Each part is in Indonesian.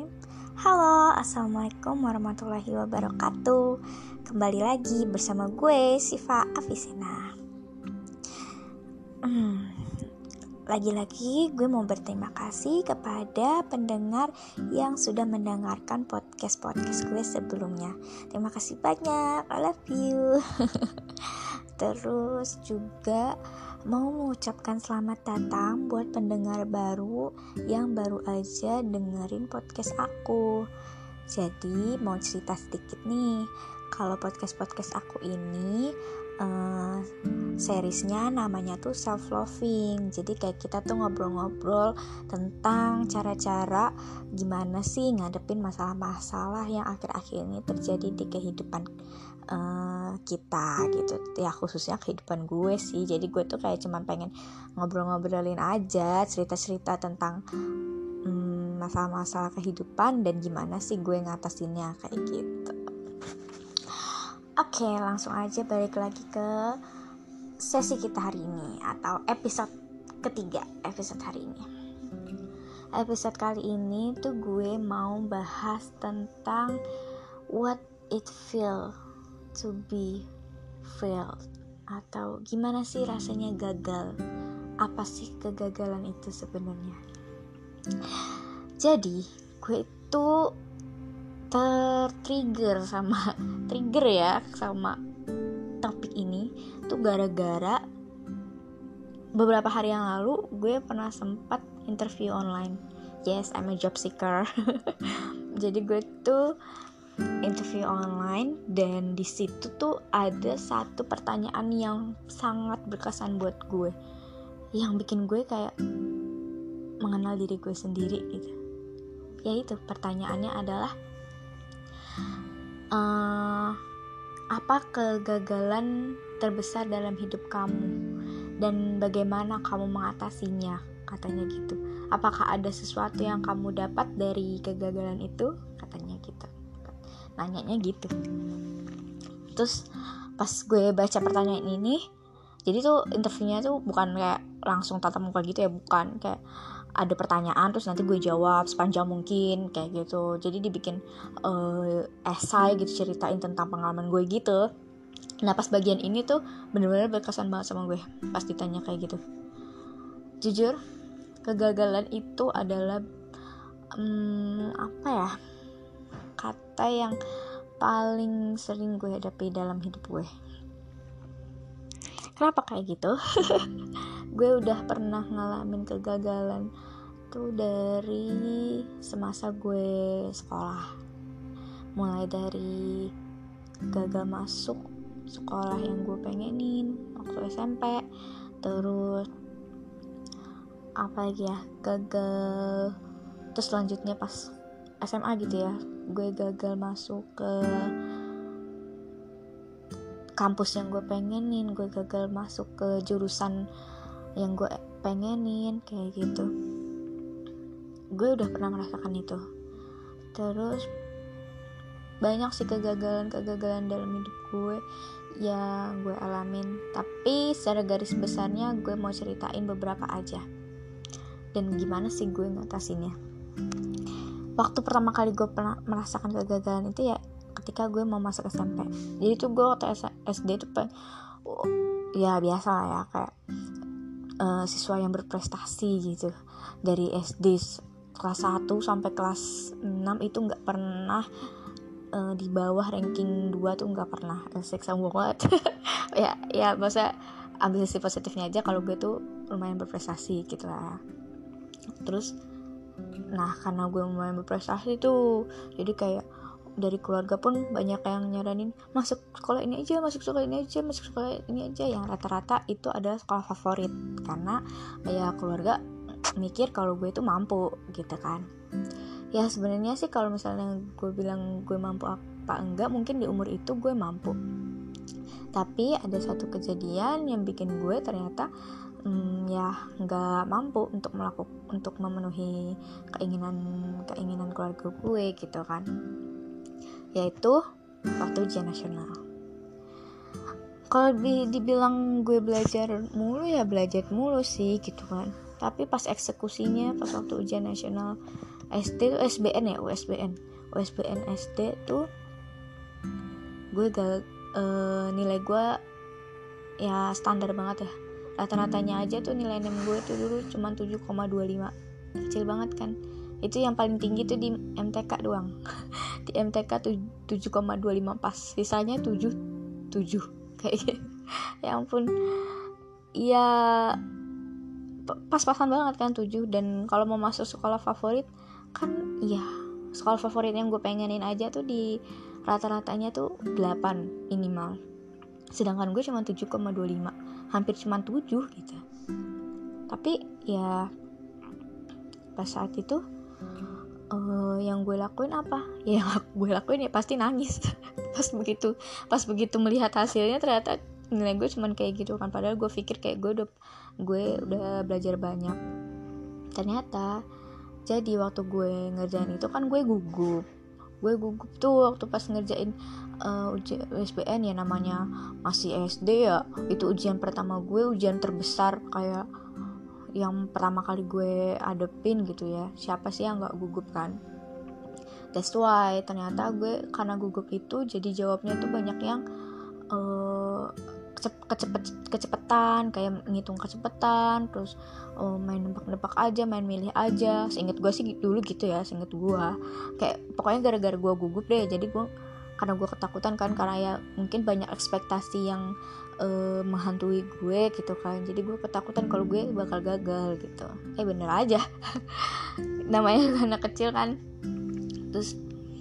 Bismillahirrahmanirrahim. Halo, assalamualaikum warahmatullahi wabarakatuh. Kembali lagi bersama gue, Siva Afisena. Lagi-lagi gue mau berterima kasih kepada pendengar yang sudah mendengarkan podcast gue sebelumnya. Terima kasih banyak, I love you. Terus juga mau mengucapkan selamat datang buat pendengar baru yang baru aja dengerin podcast aku. Jadi mau cerita sedikit nih, kalau podcast aku ini seriesnya namanya tuh self loving. Jadi kayak kita tuh ngobrol-ngobrol tentang cara-cara gimana sih ngadepin masalah-masalah yang akhir-akhir ini terjadi di kehidupan kita gitu ya, khususnya kehidupan gue sih. Jadi gue tuh kayak cuman pengen ngobrol-ngobrolin aja, cerita-cerita tentang masalah-masalah kehidupan dan gimana sih gue ngatasinnya kayak gitu. Oke, langsung aja balik lagi ke sesi kita hari ini atau episode ketiga episode hari ini. Episode kali ini tuh gue mau bahas tentang what it feel to be failed, atau gimana sih rasanya gagal. Apa sih kegagalan itu sebenarnya? Jadi gue itu trigger sama topik ini tuh gara-gara beberapa hari yang lalu gue pernah sempat interview online. Yes, I'm a job seeker. Jadi gue tuh interview online dan di situ tuh ada satu pertanyaan yang sangat berkesan buat gue, yang bikin gue kayak mengenal diri gue sendiri gitu. Yaitu pertanyaannya adalah apa kegagalan terbesar dalam hidup kamu dan bagaimana kamu mengatasinya, katanya gitu. Apakah ada sesuatu yang kamu dapat dari kegagalan itu, katanya gitu. Nanyanya gitu. Terus pas gue baca pertanyaan ini, jadi tuh interviewnya tuh bukan kayak langsung tatap muka gitu ya, bukan, kayak ada pertanyaan terus nanti gue jawab sepanjang mungkin kayak gitu. Jadi dibikin esai gitu, ceritain tentang pengalaman gue gitu. Nah pas bagian ini tuh bener-bener berkesan banget sama gue pas ditanya kayak gitu. Jujur, kegagalan itu adalah kata yang paling sering gue hadapi dalam hidup gue. Kenapa kayak gitu? Gue udah pernah ngalamin kegagalan tuh dari semasa gue sekolah. Mulai dari gagal masuk sekolah yang gue pengenin waktu SMP, terus gagal, terus selanjutnya pas SMA gitu ya, gue gagal masuk ke kampus yang gue pengenin, gue gagal masuk ke jurusan yang gue pengenin kayak gitu. Gue udah pernah merasakan itu. Terus banyak sih kegagalan dalam hidup gue yang gue alamin, tapi secara garis besarnya gue mau ceritain beberapa aja dan gimana sih gue ngatasinnya. Waktu pertama kali gue pernah merasakan kegagalan itu ya ketika gue mau masuk SMP. Jadi tuh gue waktu SD tuh ya biasa lah ya, kayak siswa yang berprestasi gitu. Dari SD kelas 1 sampai kelas 6 itu gak pernah di bawah ranking 2 tuh gak pernah. Seksa banget. ya maksudnya ambil sisi positifnya aja kalau gue tuh lumayan berprestasi gitu lah. Terus nah karena gue lumayan berprestasi tuh, jadi kayak dari keluarga pun banyak yang nyaranin masuk sekolah ini aja, yang rata-rata itu adalah sekolah favorit karena ya keluarga mikir kalau gue itu mampu gitu kan. Ya sebenarnya sih kalau misalnya gue bilang gue mampu apa enggak, mungkin di umur itu gue mampu. Tapi ada satu kejadian yang bikin gue ternyata nggak mampu untuk memenuhi keinginan keluarga gue gitu kan. Yaitu waktu ujian nasional. Kalau dibilang gue belajar mulu sih gitu kan. Tapi pas eksekusinya, pas waktu ujian nasional SD tuh USBN SD tuh gue nilai gue ya standar banget ya. Rata-ratanya aja tuh nilai NIM gue tuh dulu cuma 7,25. Kecil banget kan. Itu yang paling tinggi tuh di MTK doang. Di MTK 7,25 pas. Sisanya 7 kayak gitu. Ya ampun. Ya pas-pasan banget kan 7. Dan kalau mau masuk sekolah favorit kan ya sekolah favorit yang gue pengenin aja tuh di rata-ratanya tuh 8 minimal. Sedangkan gue cuma 7,25, hampir cuma 7 gitu. Tapi ya pas saat itu yang gue lakuin apa? Ya yang gue lakuin ya pasti nangis. pas begitu melihat hasilnya ternyata nilai gue cuma kayak gitu kan. Padahal gue pikir kayak gue udah belajar banyak. Ternyata jadi waktu gue ngerjain itu kan gue gugup tuh waktu pas ngerjain ujian USBN ya, namanya masih SD ya. Itu ujian pertama gue, ujian terbesar kayak yang pertama kali gue hadepin gitu ya. Siapa sih yang gak gugup kan? That's why ternyata gue karena gugup itu jadi jawabnya tuh banyak yang kecepetan, kayak ngitung kecepetan, terus main nebak-nebak aja, main milih aja. Seinget gue sih dulu gitu ya, seinget gue kayak pokoknya gara-gara gue gugup deh. Jadi gue karena gue ketakutan kan, karena ya mungkin banyak ekspektasi yang menghantui gue gitu kan. Jadi gue ketakutan kalau gue bakal gagal gitu. Bener aja. Namanya anak kecil kan. Terus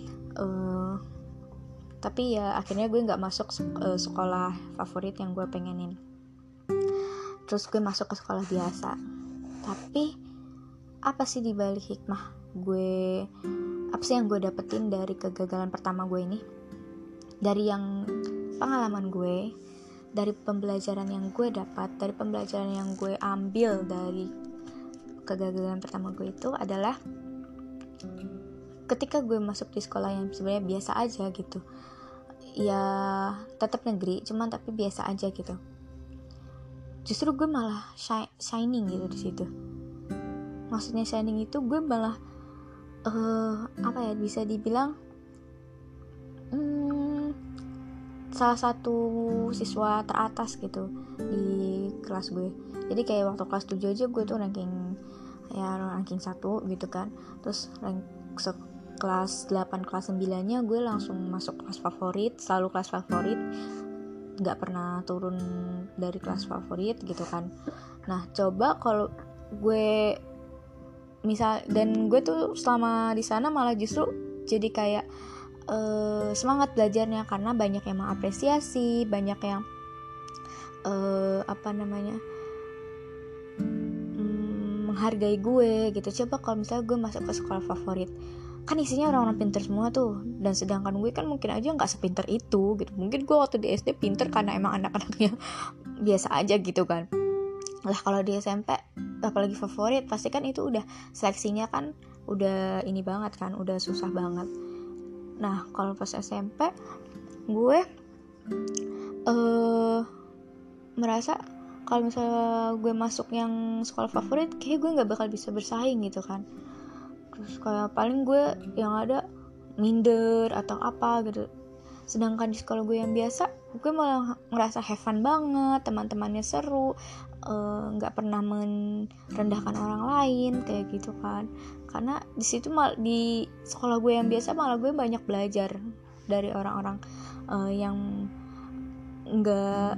tapi ya akhirnya gue nggak masuk sekolah favorit yang gue pengenin. Terus gue masuk ke sekolah biasa. Tapi apa sih dibalik hikmah gue? Apa sih yang gue dapetin dari kegagalan pertama gue ini? Dari yang pengalaman gue, dari pembelajaran yang gue dapat, dari pembelajaran yang gue ambil dari kegagalan pertama gue itu adalah ketika gue masuk di sekolah yang sebenarnya biasa aja gitu, ya tetap negeri, cuman tapi biasa aja gitu. Justru gue malah shining gitu di situ. Maksudnya shining itu gue malah bisa dibilang salah satu siswa teratas gitu di kelas gue. Jadi kayak waktu kelas 7 aja gue tuh ranking 1 gitu kan. Terus kelas 8, kelas 9 nya gue langsung masuk kelas favorit, selalu kelas favorit, gak pernah turun dari kelas favorit gitu kan. Nah coba kalau gue dan gue tuh selama di sana malah justru jadi kayak semangat belajarnya, karena banyak yang mengapresiasi, banyak yang menghargai gue gitu. Coba kalau misalnya gue masuk ke sekolah favorit, kan isinya orang-orang pintar semua tuh, dan sedangkan gue kan mungkin aja nggak sepintar itu gitu. Mungkin gue waktu di SD pintar karena emang anak-anaknya biasa aja gitu kan. Lah kalau di SMP apalagi favorit, pasti kan itu udah seleksinya kan udah ini banget kan, udah susah banget. Nah kalau pas SMP gue merasa kalau misalnya gue masuk yang sekolah favorit, kayak gue nggak bakal bisa bersaing gitu kan. Terus kayak paling gue yang ada minder atau apa gitu. Sedangkan di sekolah gue yang biasa, gue malah ngerasa have fun banget, teman-temannya seru, nggak pernah merendahkan orang lain kayak gitu kan. Karena di situ di sekolah gue yang biasa malah gue banyak belajar dari orang-orang yang nggak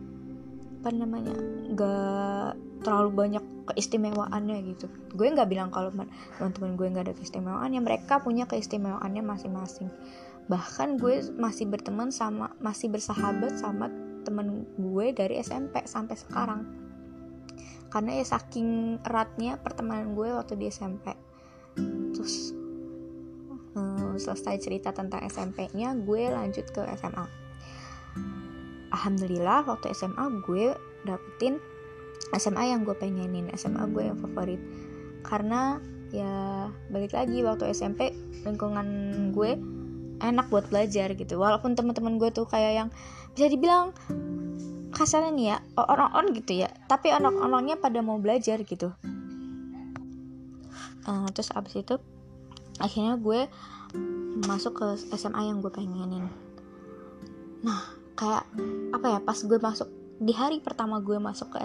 terlalu banyak keistimewaannya gitu. Gue nggak bilang kalau teman-teman gue nggak ada keistimewaannya, mereka punya keistimewaannya masing-masing. Bahkan gue masih bersahabat sama temen gue dari SMP sampai sekarang, karena ya saking eratnya pertemanan gue waktu di SMP. Terus selesai cerita tentang SMP-nya, gue lanjut ke SMA. Alhamdulillah waktu SMA gue dapetin SMA yang gue pengenin, SMA gue yang favorit. Karena ya balik lagi, waktu SMP lingkungan gue enak buat belajar gitu. Walaupun teman-teman gue tuh kayak yang bisa dibilang kasarnya nih ya, on gitu ya, tapi anak-anaknya pada mau belajar gitu. Terus abis itu akhirnya gue masuk ke SMA yang gue pengenin. Nah kayak apa ya, pas gue masuk di hari pertama gue masuk ke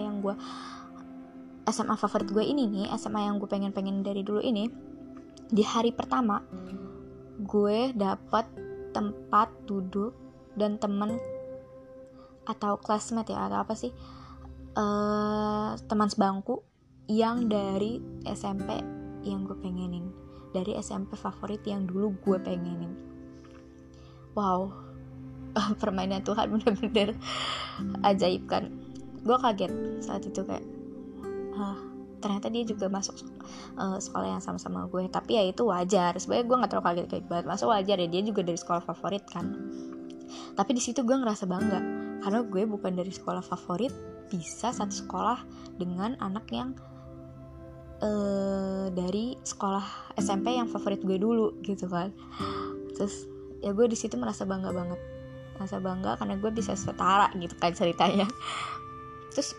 SMA favorit gue ini nih, SMA yang gue pengen dari dulu ini, di hari pertama gue dapat tempat duduk dan teman atau classmate ya, atau apa sih, teman sebangku yang dari SMP yang gue pengenin, dari SMP favorit yang dulu gue pengenin. Wow, permainan Tuhan bener-bener ajaib kan. Gue kaget saat itu kayak ternyata dia juga masuk sekolah yang sama-sama gue. Tapi ya itu wajar, sebenarnya gue nggak terlalu kaget banget, masuk wajar ya, dia juga dari sekolah favorit kan. Tapi di situ gue ngerasa bangga karena gue bukan dari sekolah favorit bisa satu sekolah dengan anak yang dari sekolah SMP yang favorit gue dulu gitu kan. Terus ya gue di situ merasa bangga banget, merasa bangga karena gue bisa setara gitu kan ceritanya. Terus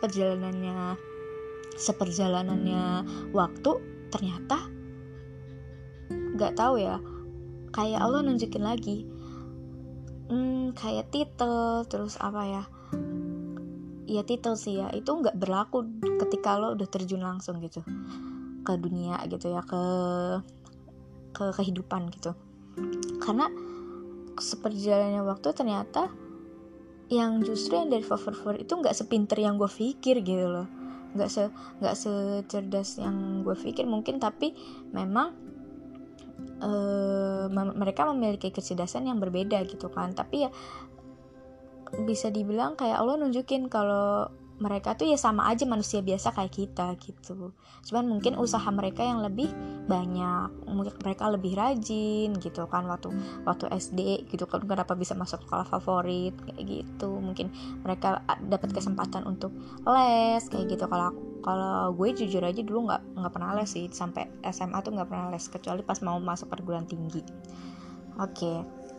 seperjalanannya waktu ternyata nggak tahu ya, kayak Allah nunjukin lagi, kayak titel, terus apa ya titel sih ya, itu nggak berlaku ketika lo udah terjun langsung gitu ke dunia gitu ya, ke kehidupan gitu. Karena seperjalannya waktu ternyata yang justru yang dari favorit itu nggak sepinter yang gue pikir gitu loh, nggak secerdas yang gue pikir mungkin, tapi memang mereka memiliki kecerdasan yang berbeda gitu kan. Tapi ya bisa dibilang kayak Allah nunjukin kalau mereka tuh ya sama aja manusia biasa kayak kita gitu, cuman mungkin usaha mereka yang lebih banyak, mungkin mereka lebih rajin gitu kan waktu SD gitu kan, kenapa bisa masuk sekolah favorit kayak gitu. Mungkin mereka dapat kesempatan untuk les kayak gitu. Kalau gue jujur aja dulu nggak pernah les sih, sampai SMA tuh nggak pernah les kecuali pas mau masuk perguruan tinggi. Oke.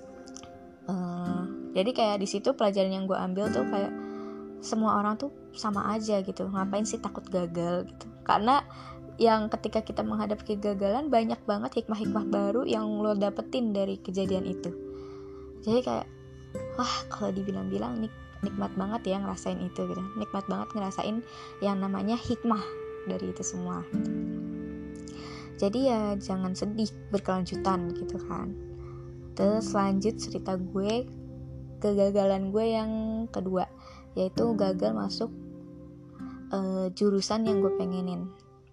Jadi kayak di situ pelajaran yang gue ambil tuh kayak semua orang tuh sama aja gitu, ngapain sih takut gagal gitu. Karena yang ketika kita menghadapi kegagalan banyak banget hikmah-hikmah baru yang lo dapetin dari kejadian itu. Jadi kayak wah, kalau dibilang-bilang nikmat banget ya ngerasain itu gitu, nikmat banget ngerasain yang namanya hikmah dari itu semua gitu. Jadi ya jangan sedih berkelanjutan gitu kan. Terus lanjut cerita gue, kegagalan gue yang kedua, yaitu gagal masuk jurusan yang gue pengenin.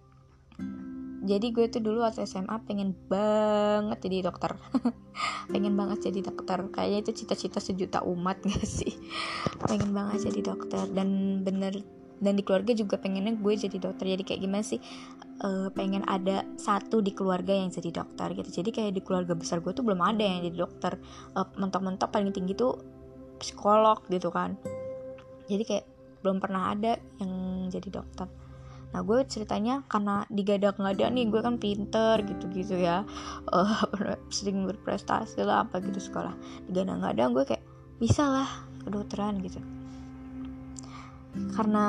Jadi gue tuh dulu waktu SMA pengen banget jadi dokter. Pengen banget jadi dokter, kayaknya itu cita-cita sejuta umat gak sih? Pengen banget jadi dokter, dan di keluarga juga pengennya gue jadi dokter. Jadi kayak gimana sih, pengen ada satu di keluarga yang jadi dokter gitu. Jadi kayak di keluarga besar gue tuh belum ada yang jadi dokter. Mentok-mentok paling tinggi tuh psikolog gitu kan. Jadi kayak belum pernah ada yang jadi dokter. Nah gue ceritanya karena digadang-gadang nih gue kan pinter gitu-gitu ya, sering berprestasi lah apa gitu sekolah, digadang-gadang gue kayak bisa lah kedokteran gitu. Karena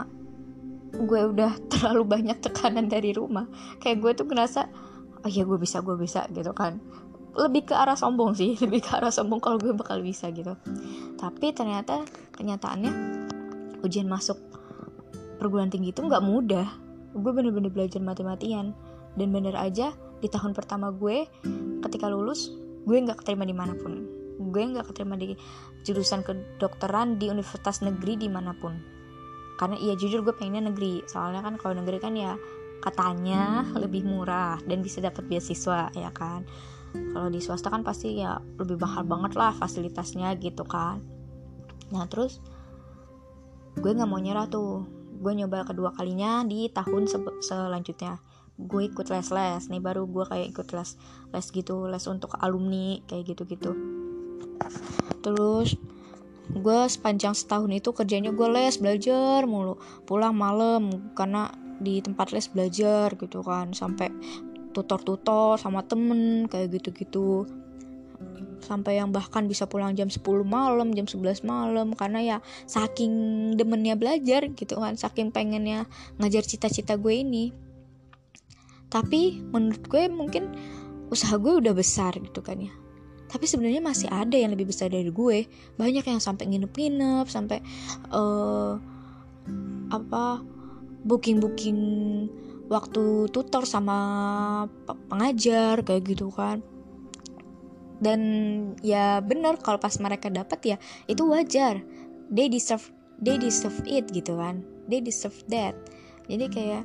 gue udah terlalu banyak tekanan dari rumah, kayak gue tuh ngerasa oh iya gue bisa gitu kan. Lebih ke arah sombong sih, kalau gue bakal bisa gitu. Tapi ternyata kenyataannya ujian masuk perguruan tinggi itu nggak mudah. Gue bener-bener belajar mati-matian, dan bener aja di tahun pertama gue ketika lulus gue nggak keterima dimanapun. Gue nggak keterima di jurusan kedokteran di universitas negeri dimanapun. Karena iya jujur gue pengennya negeri, soalnya kan kalau negeri kan ya katanya lebih murah dan bisa dapat beasiswa ya kan. Kalau di swasta kan pasti ya lebih mahal banget lah fasilitasnya gitu kan. Nah terus gue nggak mau nyerah tuh. Gue nyoba kedua kalinya di tahun selanjutnya. Gue ikut les nih, baru gue kayak ikut les gitu, les untuk alumni kayak gitu. Terus gue sepanjang setahun itu kerjanya gue les, belajar mulu, pulang malam karena di tempat les belajar gitu kan, sampai tutor sama temen kayak gitu. Sampai yang bahkan bisa pulang jam 10 malam, jam 11 malam, karena ya saking demennya belajar gitu kan, saking pengennya ngajar cita-cita gue ini. Tapi menurut gue mungkin usaha gue udah besar gitu kan ya, tapi sebenarnya masih ada yang lebih besar dari gue. Banyak yang sampai nginep-nginep, sampai booking waktu tutor sama pengajar kayak gitu kan. Dan ya benar, kalau pas mereka dapat ya itu wajar, they deserve it gitu kan, they deserve that. Jadi kayak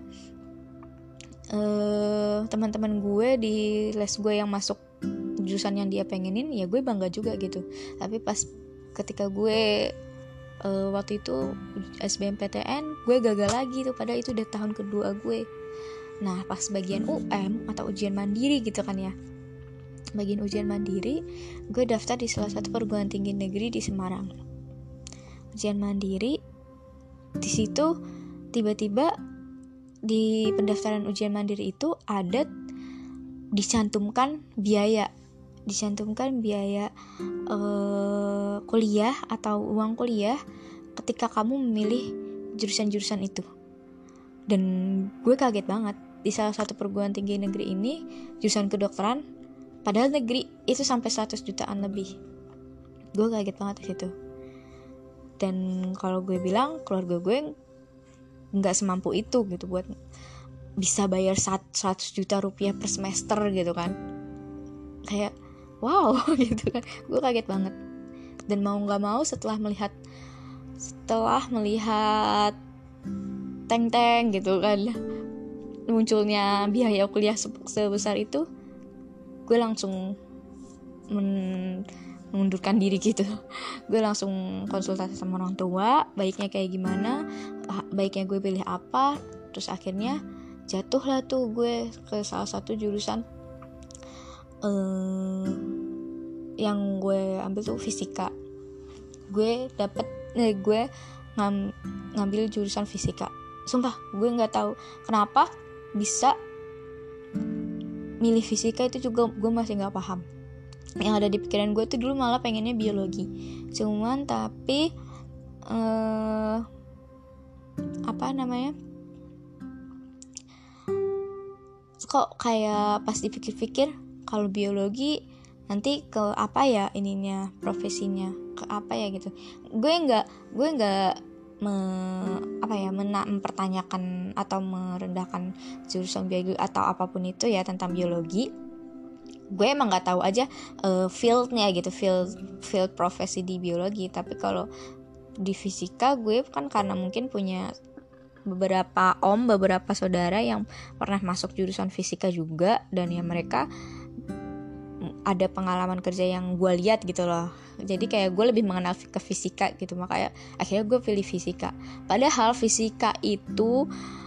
teman-teman gue di les gue yang masuk jurusan yang dia pengenin, ya gue bangga juga gitu. Tapi pas ketika gue waktu itu SBMPTN, gue gagal lagi tuh, padahal itu udah tahun kedua gue. Nah pas bagian UM atau ujian mandiri gitu kan ya, bagian ujian mandiri, gue daftar di salah satu perguruan tinggi negeri di Semarang. Ujian mandiri, di situ tiba-tiba di pendaftaran ujian mandiri itu ada dicantumkan biaya kuliah atau uang kuliah ketika kamu memilih jurusan-jurusan itu. Dan gue kaget banget, di salah satu perguruan tinggi negeri ini jurusan kedokteran, padahal negeri, itu sampai 100 jutaan lebih. Gue kaget banget di situ. Dan kalau gue bilang, keluarga gue nggak semampu itu gitu buat bisa bayar 100 juta rupiah per semester gitu kan. Kayak wow gitu kan. Gue kaget banget. Dan mau nggak mau setelah melihat teng-teng gitu kan, munculnya biaya kuliah sebesar itu, gue langsung mengundurkan diri gitu. Gue langsung konsultasi sama orang tua, baiknya kayak gimana, baiknya gue pilih apa. Terus akhirnya jatuhlah tuh gue ke salah satu jurusan yang gue ambil tuh fisika. Gue ngambil jurusan fisika. Sumpah gue nggak tahu kenapa bisa milih fisika, itu juga gue masih nggak paham. Yang ada di pikiran gue tuh dulu malah pengennya biologi, cuman tapi kok kayak pas dipikir-pikir, kalau biologi nanti ke apa ya ininya, profesinya ke apa ya gitu. Gue nggak mempertanyakan atau merendahkan jurusan biologi atau apapun itu ya tentang biologi. Gue emang nggak tahu aja fieldnya gitu, field profesi di biologi. Tapi kalau di fisika, gue kan karena mungkin punya beberapa saudara yang pernah masuk jurusan fisika juga, dan ya mereka ada pengalaman kerja yang gue lihat gitu loh. Jadi kayak gue lebih mengenal ke fisika gitu, makanya akhirnya gue pilih fisika. Padahal fisika itu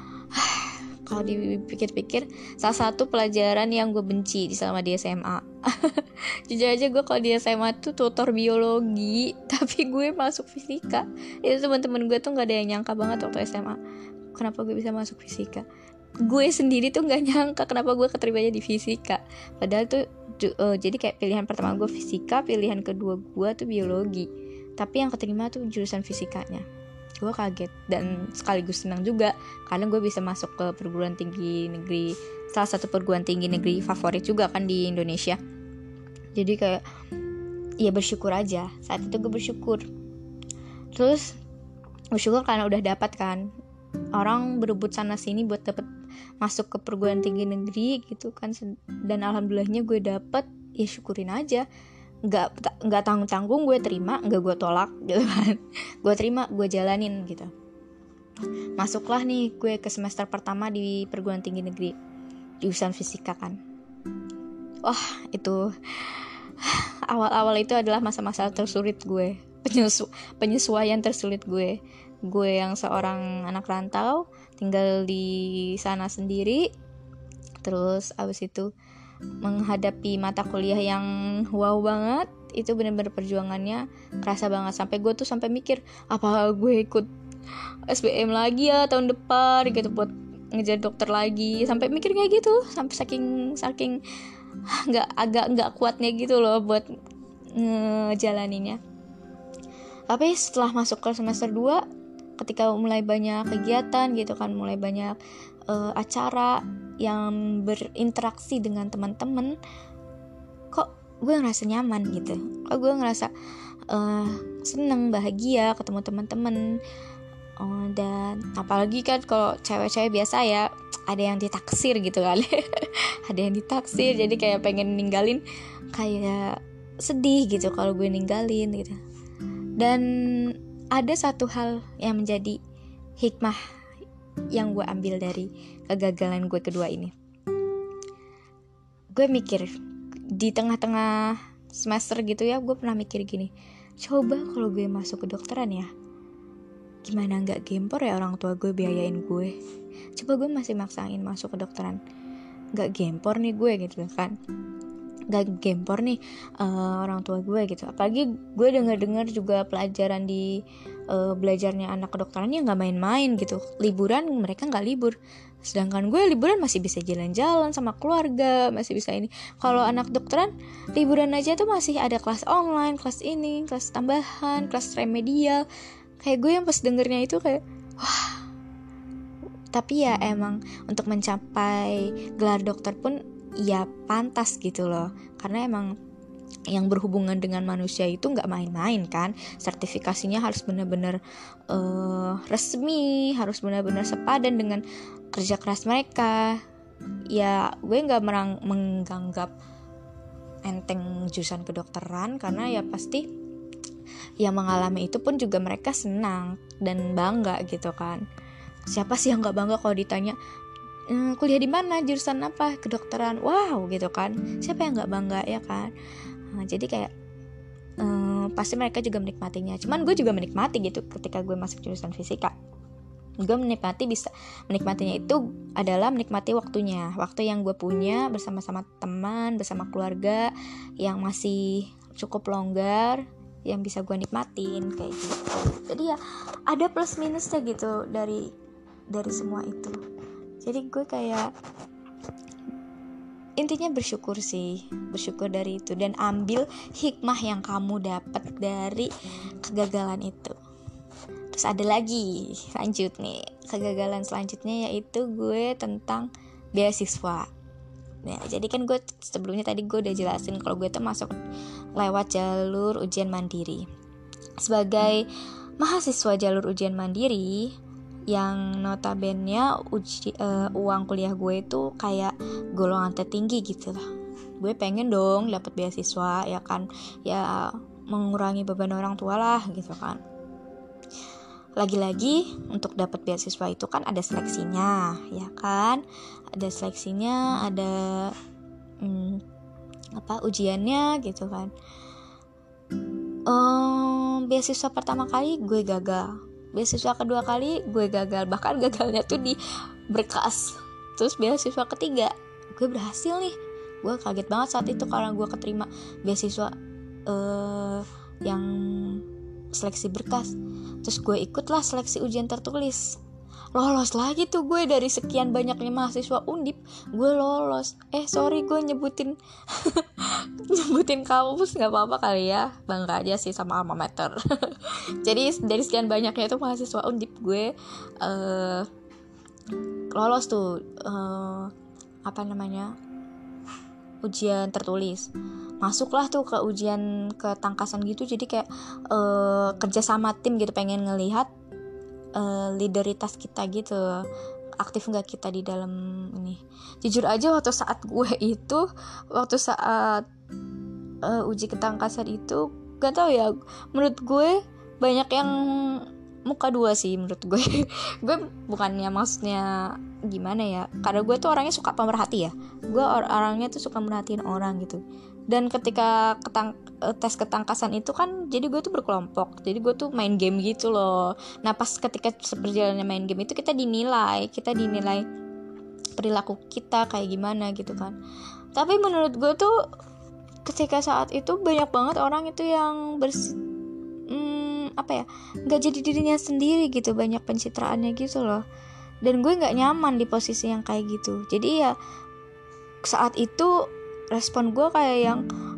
kalau dipikir-pikir salah satu pelajaran yang gue benci selama di SMA. Jujur aja gue kalau di SMA tuh tutor biologi, tapi gue masuk fisika. Itu teman-teman gue tuh nggak ada yang nyangka banget waktu SMA kenapa gue bisa masuk fisika. Gue sendiri tuh nggak nyangka kenapa gue keterimanya di fisika. Padahal tuh jadi kayak pilihan pertama gue fisika, pilihan kedua gue tuh biologi, tapi yang keterima tuh jurusan fisikanya. Gue kaget dan sekaligus senang juga karena gue bisa masuk ke perguruan tinggi negeri, salah satu perguruan tinggi negeri favorit juga kan di Indonesia. Jadi kayak ya bersyukur aja, saat itu gue bersyukur. Terus bersyukur karena udah dapat kan, orang berebut sana sini buat dapet masuk ke perguruan tinggi negeri gitu kan, dan alhamdulillahnya gue dapet. Ya syukurin aja, nggak tanggung-tanggung, gue terima, nggak gue tolak gitu kan. Gue terima, gue jalanin gitu. Masuklah nih gue ke semester pertama di perguruan tinggi negeri jurusan fisika kan. Wah itu awal-awal itu adalah masa-masa tersulit gue, penyesuaian tersulit gue yang seorang anak rantau tinggal di sana sendiri. Terus abis itu menghadapi mata kuliah yang wow banget, itu benar-benar perjuangannya kerasa banget. Sampai gue tuh sampai mikir, apa gue ikut SBM lagi ya tahun depan gitu buat ngejar dokter lagi. Sampai mikir kayak gitu, sampai saking nggak kuatnya gitu loh buat ngejalaninnya. Tapi setelah masuk ke semester 2, ketika mulai banyak kegiatan gitu kan, mulai banyak acara yang berinteraksi dengan teman-teman, kok gue ngerasa nyaman gitu, kok gue ngerasa seneng, bahagia, ketemu teman-teman. Dan apalagi kan kalau cewek-cewek biasa ya, ada yang ditaksir gitu kan. Ada yang ditaksir, jadi kayak pengen ninggalin, kayak sedih gitu kalau gue ninggalin gitu. Dan ada satu hal yang menjadi hikmah yang gue ambil dari kegagalan gue kedua ini. Gue mikir di tengah-tengah semester gitu ya, gue pernah mikir gini, coba kalau gue masuk kedokteran ya, gimana gak gempor ya orang tua gue biayain gue. Coba gue masih maksain masuk kedokteran, gak gempor nih gue gitu kan, gak gempor nih orang tua gue gitu. Apalagi gue dengar juga pelajaran di belajarnya anak kedokteran ya gak main-main gitu. Liburan mereka gak libur, sedangkan gue liburan masih bisa jalan-jalan sama keluarga, masih bisa ini. Kalau anak dokteran liburan aja tuh masih ada kelas online, kelas ini, kelas tambahan, kelas remedial. Kayak gue yang pas dengernya itu kayak wah. Tapi ya emang untuk mencapai gelar dokter pun ya pantas gitu loh, karena emang yang berhubungan dengan manusia itu gak main-main kan. Sertifikasinya harus benar-benar resmi, harus benar-benar sepadan dengan kerja keras mereka. Ya gue gak menganggap enteng jurusan kedokteran, karena ya pasti yang mengalami itu pun juga mereka senang dan bangga gitu kan. Siapa sih yang gak bangga kalau ditanya kuliah di mana, jurusan apa, kedokteran, wow gitu kan. Siapa yang gak bangga ya kan. Jadi kayak pasti mereka juga menikmatinya. Cuman gue juga menikmati gitu ketika gue masuk jurusan fisika. Gue menikmatinya itu adalah menikmati waktunya, waktu yang gue punya bersama-sama teman, bersama keluarga yang masih cukup longgar, yang bisa gue nikmatin kayak gitu. Jadi ya ada plus minusnya gitu dari semua itu. Jadi gue kayak intinya bersyukur dari itu, dan ambil hikmah yang kamu dapat dari kegagalan itu. Terus ada lagi lanjut nih, kegagalan selanjutnya yaitu gue tentang beasiswa. Nah, jadi kan gue sebelumnya tadi gue udah jelasin kalau gue tuh masuk lewat jalur ujian mandiri. Sebagai mahasiswa jalur ujian mandiri yang notabene uang kuliah gue itu kayak golongan tertinggi gitu lah. Gue pengen dong dapat beasiswa ya kan, ya mengurangi beban orang tua lah gitu kan. Lagi-lagi untuk dapat beasiswa itu kan ada seleksinya, ya kan? Ada seleksinya, ada ujiannya gitu kan. Beasiswa pertama kali gue gagal, beasiswa kedua kali gue gagal, bahkan gagalnya tuh di berkas. Terus beasiswa ketiga gue berhasil nih. Gue kaget banget saat itu karena gue keterima beasiswa yang seleksi berkas. Terus gue ikutlah seleksi ujian tertulis, lolos lagi tuh gue. Dari sekian banyaknya mahasiswa Undip gue lolos. Sorry gue nyebutin nyebutin kampus, nggak apa-apa kali ya, bangga aja sih sama alma mater. Jadi dari sekian banyaknya itu mahasiswa Undip, gue lolos tuh ujian tertulis. Masuklah tuh ke ujian ketangkasan gitu. Jadi kayak kerja sama tim gitu, pengen ngelihat leaderitas kita gitu, aktif nggak kita di dalam ini. Jujur aja waktu saat uji ketangkasan itu, gak tau ya, menurut gue banyak yang muka dua sih menurut gue. Gue bukannya maksudnya gimana ya, karena gue tuh orangnya suka pemerhati ya. Gue orangnya tuh suka merhatiin orang gitu. Dan ketika tes ketangkasan itu kan, jadi gue tuh berkelompok, jadi gue tuh main game gitu loh. Nah pas ketika seperjalannya main game itu kita dinilai perilaku kita kayak gimana gitu kan. Tapi menurut gue tuh ketika saat itu banyak banget orang itu yang nggak jadi dirinya sendiri gitu, banyak pencitraannya gitu loh. Dan gue nggak nyaman di posisi yang kayak gitu. Jadi ya saat itu respon gue kayak yang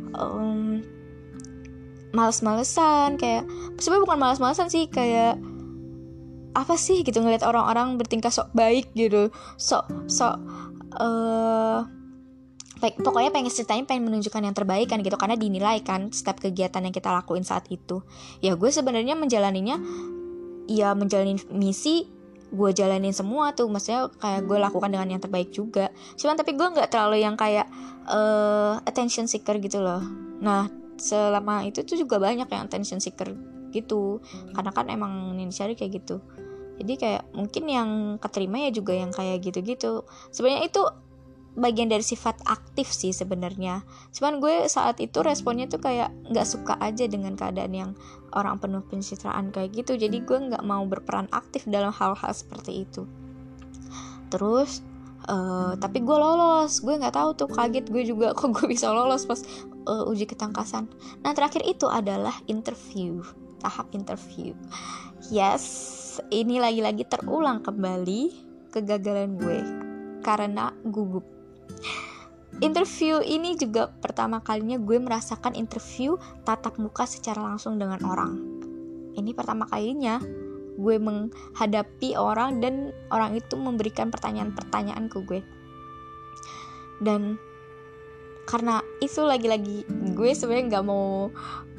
males-malesan, kayak sebenarnya bukan males-malesan sih, kayak apa sih gitu ngeliat orang-orang bertingkah sok baik gitu, sok pokoknya pengen menunjukkan yang terbaik kan gitu, karena dinilai kan setiap kegiatan yang kita lakuin saat itu. Ya gue sebenarnya menjalaninya, ya menjalani misi, gue jalanin semua tuh, maksudnya kayak gue lakukan dengan yang terbaik juga. Cuman tapi gue nggak terlalu yang kayak attention seeker gitu loh. Nah selama itu tuh juga banyak yang attention seeker gitu, karena kan emang yang dicari kayak gitu. Jadi kayak mungkin yang keterima ya juga yang kayak gitu-gitu. Sebenarnya itu bagian dari sifat aktif sih sebenarnya. Cuman gue saat itu responnya tuh kayak nggak suka aja dengan keadaan yang orang penuh pencitraan kayak gitu. Jadi gue nggak mau berperan aktif dalam hal-hal seperti itu. Terus tapi gue lolos. Gue nggak tahu tuh, kaget gue juga kok gue bisa lolos pas uji ketangkasan. Nah terakhir itu adalah interview, tahap interview. Yes, ini lagi-lagi terulang kembali kegagalan gue karena gugup. Interview ini juga pertama kalinya gue merasakan interview tatap muka secara langsung dengan orang. Ini pertama kalinya gue menghadapi orang dan orang itu memberikan pertanyaan-pertanyaan ke gue. Dan karena itu lagi-lagi gue sebenarnya nggak mau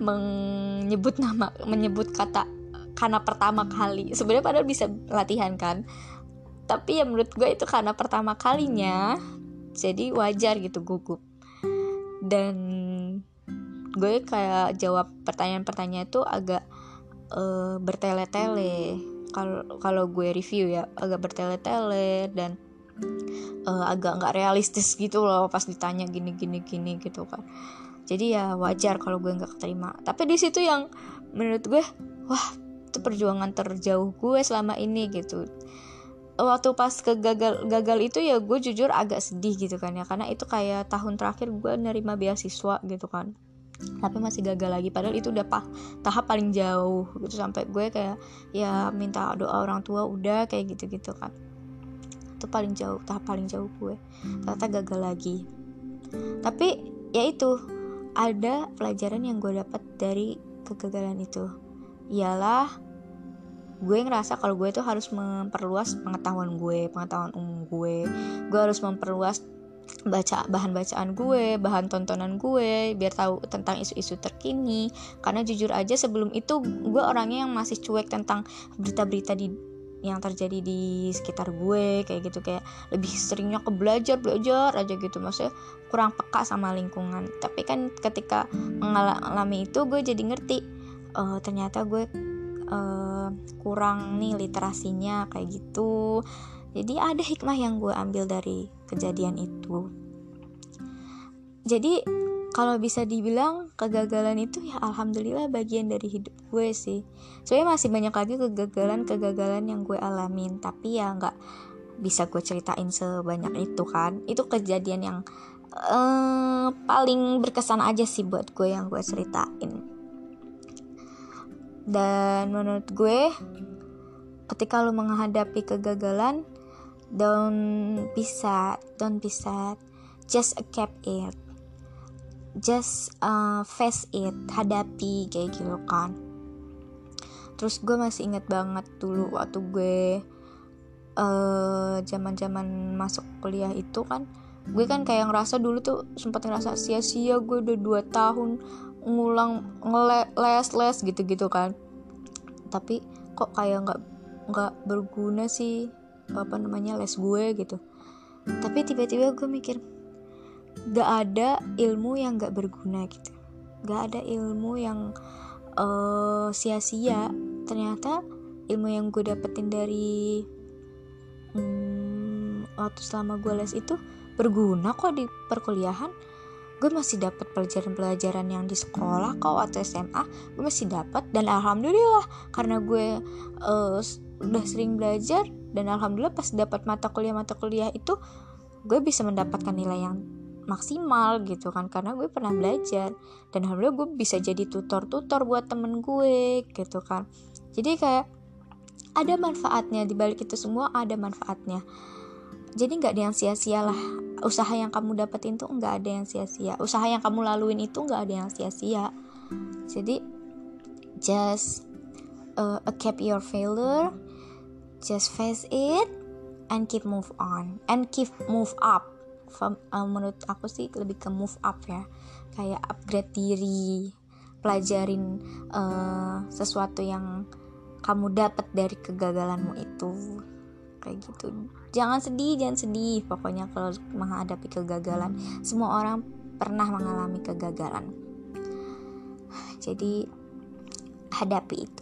menyebut kata karena pertama kali. Sebenarnya padahal bisa latihan kan. Tapi ya menurut gue itu karena pertama kalinya, jadi wajar gitu gugup. Dan gue kayak jawab pertanyaan-pertanyaan itu agak bertele-tele. Kalau gue review ya agak bertele-tele dan agak nggak realistis gitu loh pas ditanya gini gitu kan. Jadi ya wajar kalau gue nggak keterima. Tapi di situ yang menurut gue, wah itu perjuangan terjauh gue selama ini gitu. Waktu pas gagal itu ya gue jujur agak sedih gitu kan ya, karena itu kayak tahun terakhir gue nerima beasiswa gitu kan, tapi masih gagal lagi, padahal itu udah tahap paling jauh gitu, sampai gue kayak ya minta doa orang tua udah kayak gitu kan. Itu paling jauh, tahap paling jauh gue, ternyata gagal lagi. Tapi ya itu ada pelajaran yang gue dapat dari kegagalan itu, ialah gue ngerasa kalau gue tuh harus memperluas pengetahuan umum gue harus memperluas bahan bacaan gue, bahan tontonan gue, biar tahu tentang isu-isu terkini. Karena jujur aja sebelum itu gue orangnya yang masih cuek tentang berita-berita yang terjadi di sekitar gue kayak gitu, kayak lebih seringnya ke belajar aja gitu, maksudnya kurang peka sama lingkungan. Tapi kan ketika mengalami itu gue jadi ngerti, ternyata gue kurang nih literasinya kayak gitu. Jadi ada hikmah yang gue ambil dari kejadian itu. Jadi kalau bisa dibilang kegagalan itu ya alhamdulillah bagian dari hidup gue sih. Soalnya masih banyak lagi kegagalan yang gue alamin, tapi ya nggak bisa gue ceritain sebanyak itu kan. Itu kejadian yang paling berkesan aja sih buat gue yang gue ceritain. Dan menurut gue ketika lo menghadapi kegagalan, don't be sad, just accept it, just face it, hadapi kayak gitu kan. Terus gue masih inget banget dulu waktu gue zaman masuk kuliah itu kan, gue kan kayak ngerasa dulu tuh sempat ngerasa sia-sia gue udah 2 tahun ngulang les gitu kan. Tapi kok kayak nggak berguna sih les gue gitu. Tapi tiba-tiba gue mikir, gak ada ilmu yang gak berguna gitu, gak ada ilmu yang sia-sia. Ternyata ilmu yang gue dapetin dari waktu selama gue les itu berguna kok di perkuliahan. Gue masih dapat pelajaran-pelajaran yang di sekolah kok waktu SMA gue masih dapat, dan alhamdulillah karena gue udah sering belajar, dan alhamdulillah pas dapat mata kuliah itu gue bisa mendapatkan nilai yang maksimal gitu kan, karena gue pernah belajar, dan alhamdulillah gue bisa jadi tutor buat temen gue gitu kan. Jadi kayak ada manfaatnya, di balik itu semua ada manfaatnya. Jadi gak ada yang sia-sia lah. Usaha yang kamu dapetin tuh gak ada yang sia-sia. Usaha yang kamu laluin itu gak ada yang sia-sia. Jadi just accept your failure, just face it, and keep move on, and keep move up menurut aku sih lebih ke move up ya, kayak upgrade diri, pelajarin sesuatu yang kamu dapat dari kegagalanmu itu, kayak gitu. Jangan sedih pokoknya kalau menghadapi kegagalan. Semua orang pernah mengalami kegagalan, jadi hadapi itu.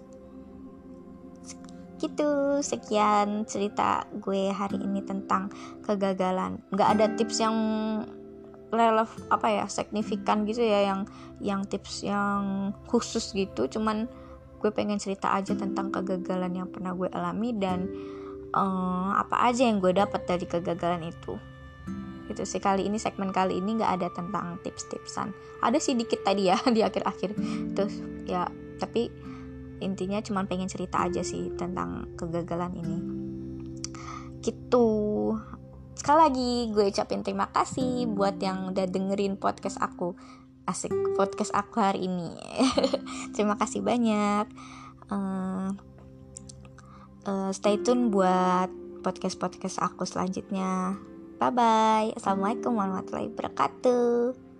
Gitu, sekian cerita gue hari ini tentang kegagalan. Nggak ada tips yang signifikan gitu ya, yang tips yang khusus gitu. Cuman gue pengen cerita aja tentang kegagalan yang pernah gue alami dan apa aja yang gue dapat dari kegagalan itu. Gitu sih, segmen kali ini nggak ada tentang tips-tipsan. Ada sih dikit tadi ya di akhir-akhir terus ya, tapi intinya cuma pengen cerita aja sih tentang kegagalan ini gitu. Sekali lagi gue ucapin terima kasih buat yang udah dengerin podcast aku. Asik, podcast aku hari ini. Terima kasih banyak. Stay tune buat podcast aku selanjutnya. Bye bye. Assalamualaikum warahmatullahi wabarakatuh.